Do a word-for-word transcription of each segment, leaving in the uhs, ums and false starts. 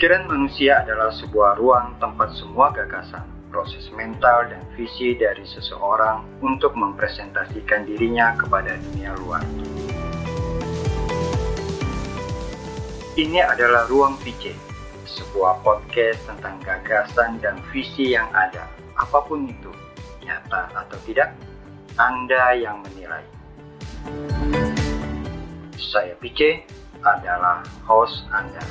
Pikiran manusia adalah sebuah ruang tempat semua gagasan, proses mental dan visi dari seseorang untuk mempresentasikan dirinya kepada dunia luar. Ini adalah Ruang P C, sebuah podcast tentang gagasan dan visi yang ada, apapun itu, nyata atau tidak, Anda yang menilai. Saya P C adalah host Anda.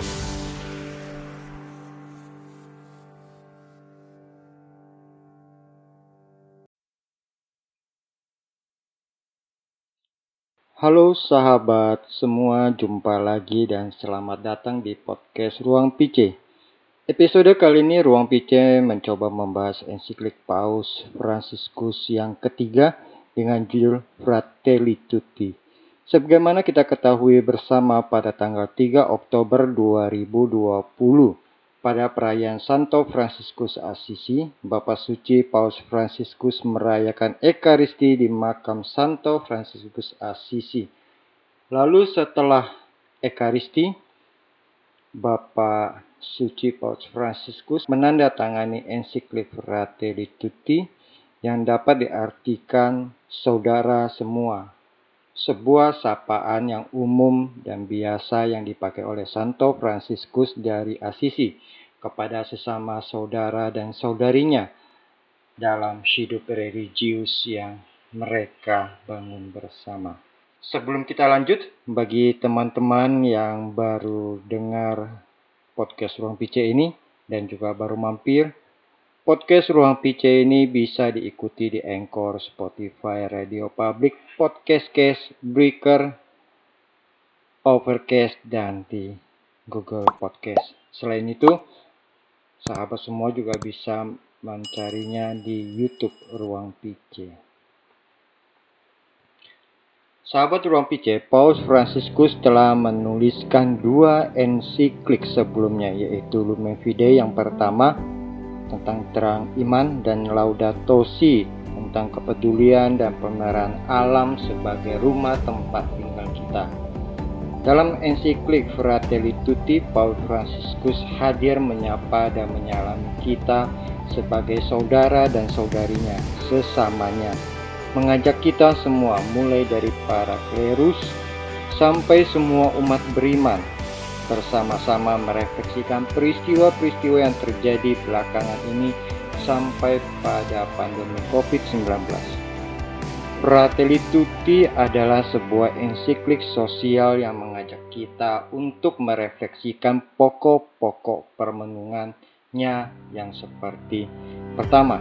Halo sahabat semua, jumpa lagi dan selamat datang di podcast Ruang P C. Episode kali ini Ruang P C mencoba membahas ensiklik Paus Fransiskus yang ketiga dengan judul Fratelli Tutti. Sebagaimana kita ketahui bersama pada tanggal tiga Oktober dua ribu dua puluh pada perayaan Santo Fransiskus Assisi, Bapa Suci Paus Fransiskus merayakan Ekaristi di makam Santo Fransiskus Assisi. Lalu setelah Ekaristi, Bapa Suci Paus Fransiskus menandatangani ensiklik Fratelli Tutti yang dapat diartikan saudara semua. Sebuah sapaan yang umum dan biasa yang dipakai oleh Santo Fransiskus dari Assisi kepada sesama saudara dan saudarinya dalam hidup religius yang mereka bangun bersama. Sebelum kita lanjut, bagi teman-teman yang baru dengar podcast Ruang P C ini dan juga baru mampir, podcast Ruang P C ini bisa diikuti di Anchor, Spotify, Radio Public, Podcast Cast, Breaker, Overcast, dan di Google Podcast. Selain itu, sahabat semua juga bisa mencarinya di YouTube Ruang P C. Sahabat Ruang P C, Paus Fransiskus telah menuliskan dua ensiklik sebelumnya, yaitu Lumen Fidei yang pertama tentang terang iman dan Laudato Si tentang kepedulian dan pemeliharaan alam sebagai rumah tempat tinggal kita. Dalam ensiklik Fratelli Tutti, Paus Fransiskus hadir menyapa dan menyalami kita sebagai saudara dan saudarinya, sesamanya, mengajak kita semua mulai dari para klerus sampai semua umat beriman bersama-sama merefleksikan peristiwa-peristiwa yang terjadi belakangan ini sampai pada pandemi covid sembilan belas. Fratelli Tutti adalah sebuah ensiklik sosial yang mengajak kita untuk merefleksikan pokok-pokok permenungannya yang seperti pertama,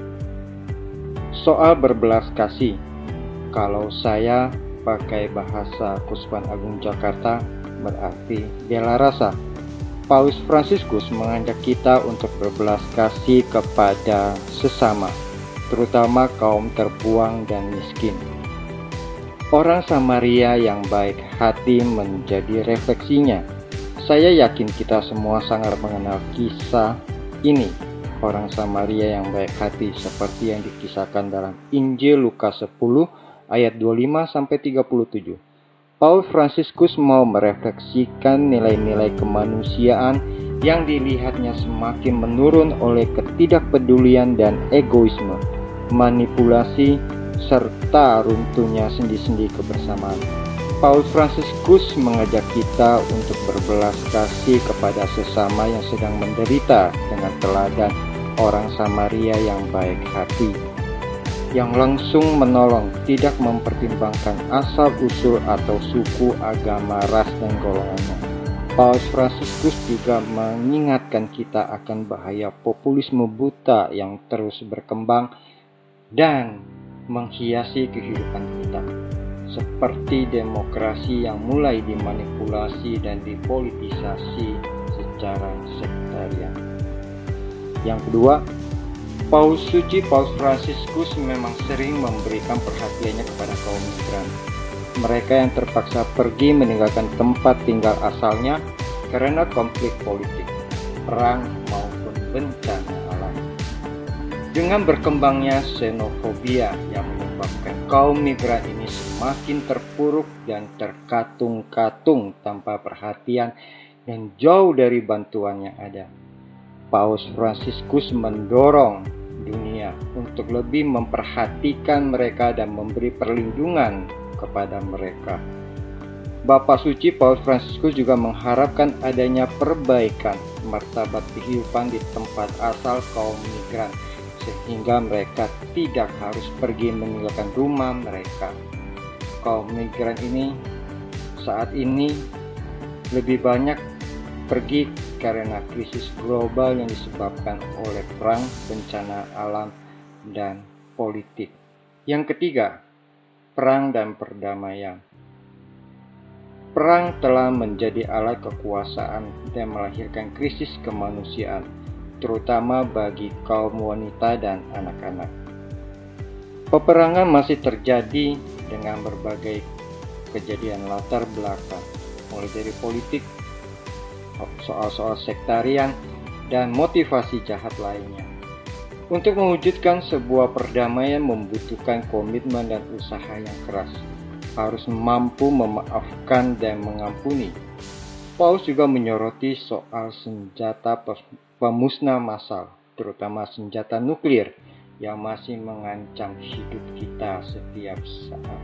soal berbelas kasih. Kalau saya pakai bahasa Kuspan Agung Jakarta, berarti bela rasa. Paus Fransiskus mengajak kita untuk berbelas kasih kepada sesama, terutama kaum terbuang dan miskin. Orang Samaria yang baik hati menjadi refleksinya. Saya yakin kita semua sangat mengenal kisah ini, orang Samaria yang baik hati, seperti yang dikisahkan dalam Injil Lukas sepuluh ayat dua puluh lima sampai tiga puluh tujuh. Paus Fransiskus mau merefleksikan nilai-nilai kemanusiaan yang dilihatnya semakin menurun oleh ketidakpedulian dan egoisme, manipulasi, serta runtuhnya sendi-sendi kebersamaan. Paus Fransiskus mengajak kita untuk berbelas kasih kepada sesama yang sedang menderita dengan teladan orang Samaria yang baik hati, yang langsung menolong, tidak mempertimbangkan asal-usul atau suku, agama, ras, dan golongannya. Paus Fransiskus juga mengingatkan kita akan bahaya populisme buta yang terus berkembang dan menghiasi kehidupan kita, seperti demokrasi yang mulai dimanipulasi dan dipolitisasi secara sektarian. Yang kedua, Paus Suci Paus Fransiskus memang sering memberikan perhatiannya kepada kaum migran. Mereka yang terpaksa pergi meninggalkan tempat tinggal asalnya karena konflik politik, perang maupun bencana alam. Dengan berkembangnya xenofobia yang menyebabkan kaum migran ini semakin terpuruk dan terkatung-katung tanpa perhatian dan jauh dari bantuan yang ada. Paus Fransiskus mendorong dunia untuk lebih memperhatikan mereka dan memberi perlindungan kepada mereka. Bapa Suci Paus Fransiskus juga mengharapkan adanya perbaikan martabat kehidupan di tempat asal kaum migran, sehingga mereka tidak harus pergi meninggalkan rumah mereka. Kaum migran ini saat ini lebih banyak pergi karena krisis global yang disebabkan oleh perang, bencana alam, dan politik. Yang ketiga, perang dan perdamaian. Perang telah menjadi alat kekuasaan dan melahirkan krisis kemanusiaan, terutama bagi kaum wanita dan anak-anak. Peperangan masih terjadi dengan berbagai kejadian latar belakang, mulai dari politik, soal-soal sektarian, dan motivasi jahat lainnya. Untuk mewujudkan sebuah perdamaian membutuhkan komitmen dan usaha yang keras. Harus mampu memaafkan dan mengampuni. Paus juga menyoroti soal senjata pemusnah massal, terutama senjata nuklir yang masih mengancam hidup kita setiap saat.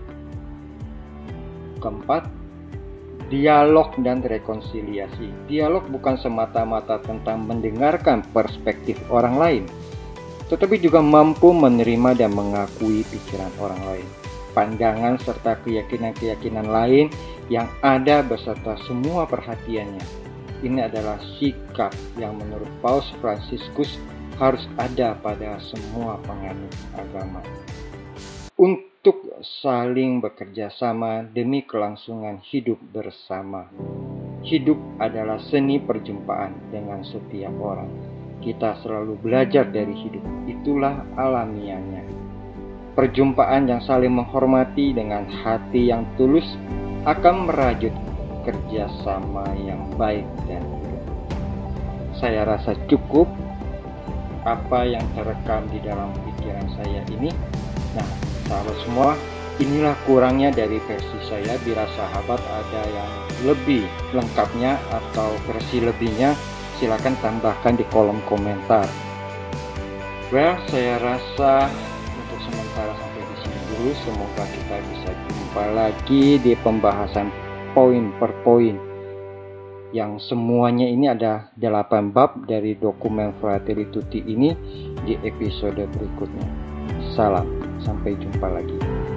Keempat, dialog dan rekonsiliasi. Dialog bukan semata-mata tentang mendengarkan perspektif orang lain, tetapi juga mampu menerima dan mengakui pikiran orang lain, pandangan serta keyakinan-keyakinan lain yang ada beserta semua perhatiannya. Ini adalah sikap yang menurut Paus Fransiskus harus ada pada semua penganut agama. Untuk saling bekerja sama demi kelangsungan hidup bersama. Hidup adalah seni perjumpaan dengan setiap orang. Kita selalu belajar dari hidup, itulah alamiahnya. Perjumpaan yang saling menghormati dengan hati yang tulus akan merajut kerjasama yang baik dan hidup. Saya rasa cukup apa yang terekam di dalam pikiran saya ini. Nah, sahabat semua, inilah kurangnya dari versi saya. Bila sahabat ada yang lebih lengkapnya atau versi lebihnya, silakan tambahkan di kolom komentar. Well, saya rasa untuk sementara sampai di sini dulu. Semoga kita bisa jumpa lagi di pembahasan poin per poin, yang semuanya ini ada delapan bab dari dokumen Fratelli Tutti ini di episode berikutnya. Salam, sampai jumpa lagi.